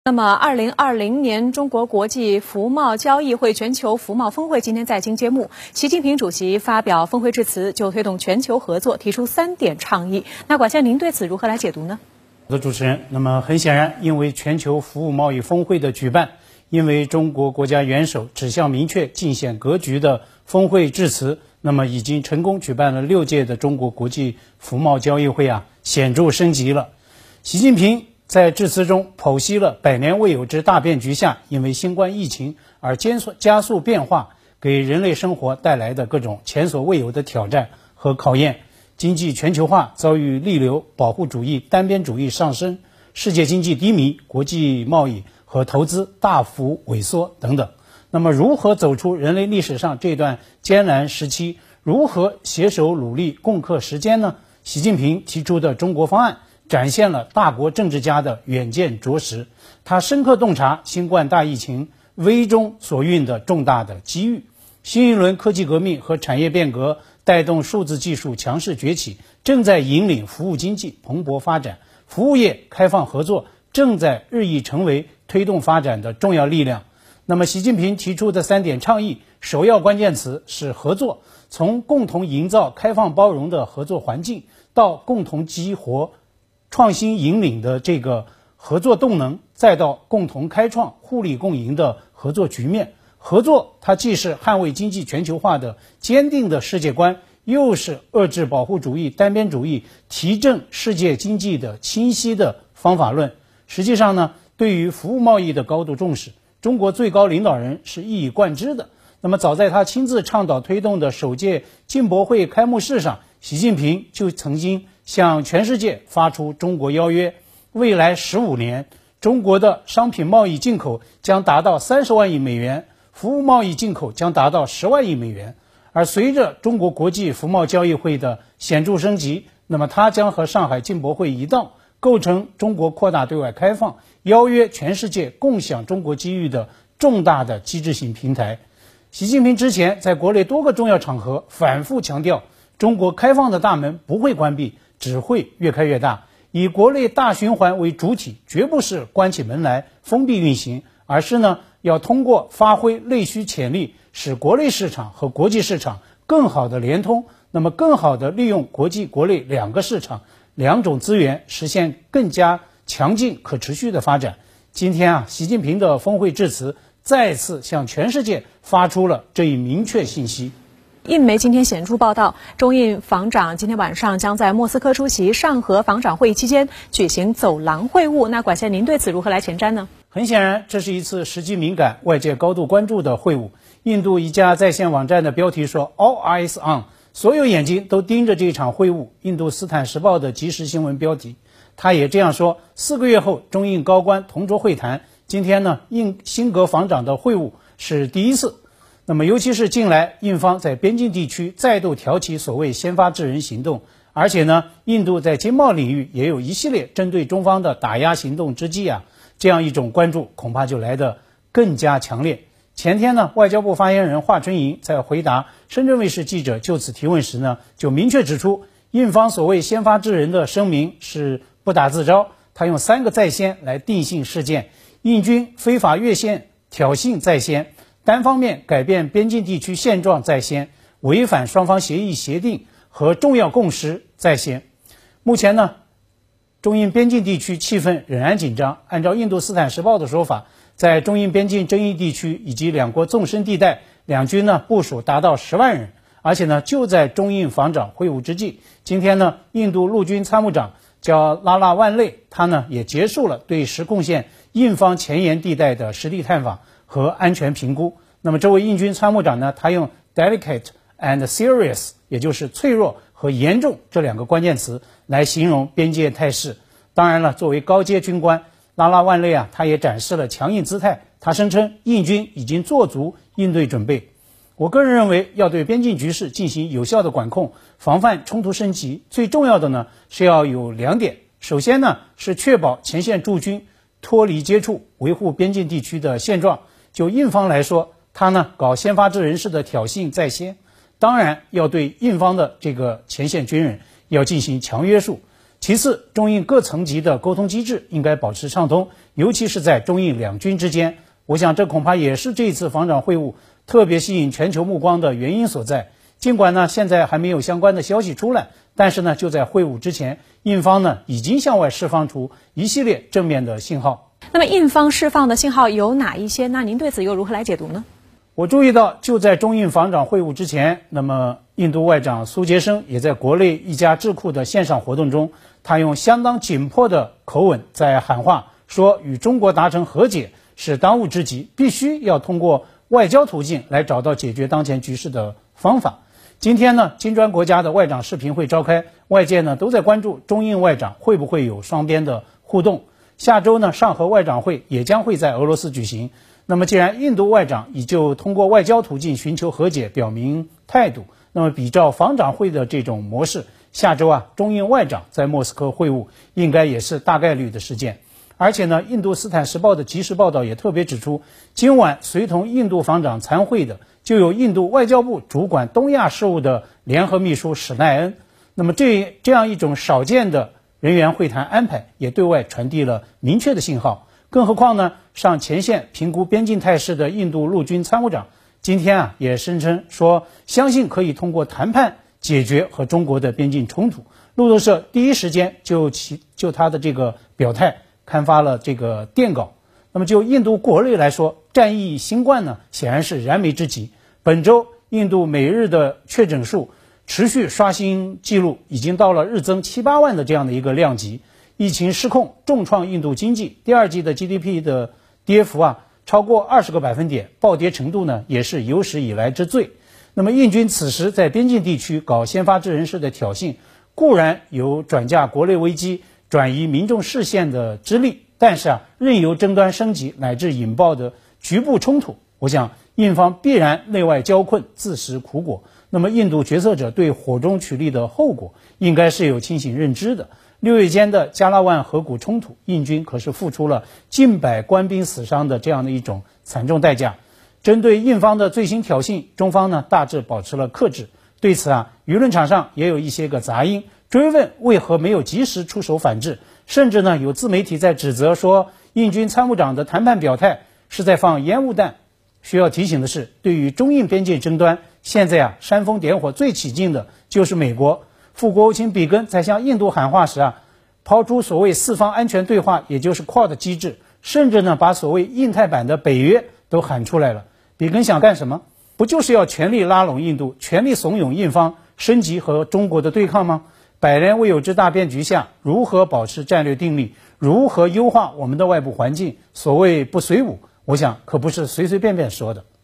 那么，2020年中国国际服贸交易会全球服贸峰会今天在京揭幕。习近平主席发表峰会致辞，就推动全球合作提出3点倡议。那管先生，您对此如何来解读呢？ 好的，主持人。那么很显然，因为全球服务贸易峰会的举办，因为中国国家元首指向明确、尽显格局的峰会致辞，那么已经成功举办了6届的中国国际服贸交易会显著升级了。习近平在致辞中剖析了100年未有之大变局下，因为新冠疫情而加速变化，给人类生活带来的各种前所未有的挑战和考验。经济全球化遭遇逆流，保护主义、单边主义上升，世界经济低迷，国际贸易和投资大幅萎缩等等。那么如何走出人类历史上这段艰难时期？如何携手努力共克时艰呢？习近平提出的中国方案展现了大国政治家的远见卓识，他深刻洞察新冠大疫情危中所蕴的重大的机遇。新一轮科技革命和产业变革带动数字技术强势崛起，正在引领服务经济蓬勃发展，服务业开放合作正在日益成为推动发展的重要力量。那么习近平提出的3点倡议，首要关键词是合作，从共同营造开放包容的合作环境，到共同激活创新引领的这个合作动能，再到共同开创互利共赢的合作局面。合作它既是捍卫经济全球化的坚定的世界观，又是遏制保护主义、单边主义、提振世界经济的清晰的方法论。实际上呢，对于服务贸易的高度重视，中国最高领导人是一以贯之的。那么早在他亲自倡导推动的首届进博会开幕式上，习近平就曾经向全世界发出中国邀约，未来15年，中国的商品贸易进口将达到30万亿美元，服务贸易进口将达到10万亿美元。而随着中国国际服贸交易会的显著升级，那么它将和上海进博会一道，构成中国扩大对外开放、邀约全世界共享中国机遇的重大的机制性平台。习近平之前在国内多个重要场合反复强调，中国开放的大门不会关闭，只会越开越大，以国内大循环为主体，绝不是关起门来封闭运行，而是呢要通过发挥内需潜力，使国内市场和国际市场更好的连通，那么更好的利用国际国内2个市场2种资源，实现更加强劲可持续的发展。今天习近平的峰会致辞再次向全世界发出了这一明确信息。 印媒今天显著报道，中印防长今天晚上将在莫斯科出席上合防长会议期间举行走廊会晤。那管先生，您对此如何来前瞻呢？ 很显然，这是一次时机敏感、外界高度关注的会晤。印度一家在线网站的标题说 All eyes on， 所有眼睛都盯着这场会晤。印度斯坦时报的即时新闻标题，他也这样说：4个月后，中印高官同桌会谈。今天呢，印辛格防长的会晤是第一次。那么尤其是近来印方在边境地区再度挑起所谓先发制人行动，而且呢，印度在经贸领域也有一系列针对中方的打压行动之际这样一种关注恐怕就来得更加强烈。前天呢，外交部发言人华春莹在回答深圳卫视记者就此提问时呢，就明确指出，印方所谓先发制人的声明是不打自招，他用3个在先来定性事件：印军非法越线挑衅在先，单方面改变边境地区现状在先，违反双方协议协定和重要共识在先。目前呢，中印边境地区气氛仍然紧张。按照印度斯坦时报的说法，在中印边境争议地区以及两国纵深地带，两军呢部署达到10万人。而且呢，就在中印防长会晤之际，今天呢，印度陆军参谋长叫拉拉万类，他呢也结束了对实控线印方前沿地带的实地探访和安全评估。那么这位印军参谋长呢，他用 delicate and serious， 也就是脆弱和严重这2个关键词来形容边界态势。当然了，作为高阶军官，拉拉万类他也展示了强硬姿态。他声称印军已经做足应对准备。我个人认为，要对边境局势进行有效的管控，防范冲突升级，最重要的呢是要有2点。首先呢是确保前线驻军脱离接触，维护边境地区的现状。就印方来说，他呢搞先发制人式的挑衅在先，当然要对印方的这个前线军人要进行强约束。 其次，中印各层级的沟通机制应该保持畅通，尤其是在中印两军之间。我想这恐怕也是这次防长会晤特别吸引全球目光的原因所在。尽管呢现在还没有相关的消息出来，但是呢就在会晤之前，印方呢已经向外释放出一系列正面的信号。 那么印方释放的信号有哪一些？那您对此又如何来解读呢？ 我注意到，就在中印防长会晤之前，那么印度外长苏杰生也在国内一家智库的线上活动中，他用相当紧迫的口吻在喊话，说与中国达成和解是当务之急，必须要通过外交途径来找到解决当前局势的方法。今天呢，金砖国家的外长视频会召开，外界呢都在关注中印外长会不会有双边的互动。下周呢，上合外长会也将会在俄罗斯举行。那么既然印度外长已就通过外交途径寻求和解表明态度，那么比照防长会的这种模式，下周中印外长在莫斯科会晤应该也是大概率的事件。而且呢，印度斯坦时报的及时报道也特别指出，今晚随同印度防长参会的就有印度外交部主管东亚事务的联合秘书史奈恩。那么这样一种少见的人员会谈安排，也对外传递了明确的信号。更何况呢，上前线评估边境态势的印度陆军参谋长今天也声称说，相信可以通过谈判解决和中国的边境冲突。路透社第一时间就他的这个表态刊发了这个电稿。那么就印度国内来说，战役新冠呢显然是燃眉之急。本周印度每日的确诊数持续刷新纪录，已经到了日增7、8万的这样的一个量级。疫情失控，重创印度经济，第二季的 GDP 的跌幅超过20个百分点，暴跌程度呢也是有史以来之最。那么印军此时在边境地区搞先发制人式的挑衅，固然有转嫁国内危机、转移民众视线的之力，但是任由争端升级乃至引爆的局部冲突，我想印方必然内外交困，自食苦果。那么印度决策者对火中取栗的后果应该是有清醒认知的。6月间的加拉万河谷冲突，印军可是付出了近百官兵死伤的这样的一种惨重代价。针对印方的最新挑衅，中方呢大致保持了克制。对此舆论场上也有一些个杂音，追问为何没有及时出手反制，甚至呢有自媒体在指责说，印军参谋长的谈判表态是在放烟雾弹。需要提醒的是，对于中印边界争端，现在煽风点火最起劲的就是美国。副国务卿比根在向印度喊话时抛出所谓四方安全对话，也就是 QUAD 机制，甚至呢把所谓印太版的北约都喊出来了。比根想干什么？不就是要全力拉拢印度，全力怂恿印方升级和中国的对抗吗？百年未有之大变局下，如何保持战略定力，如何优化我们的外部环境，所谓不随武，我想可不是随随便便说的。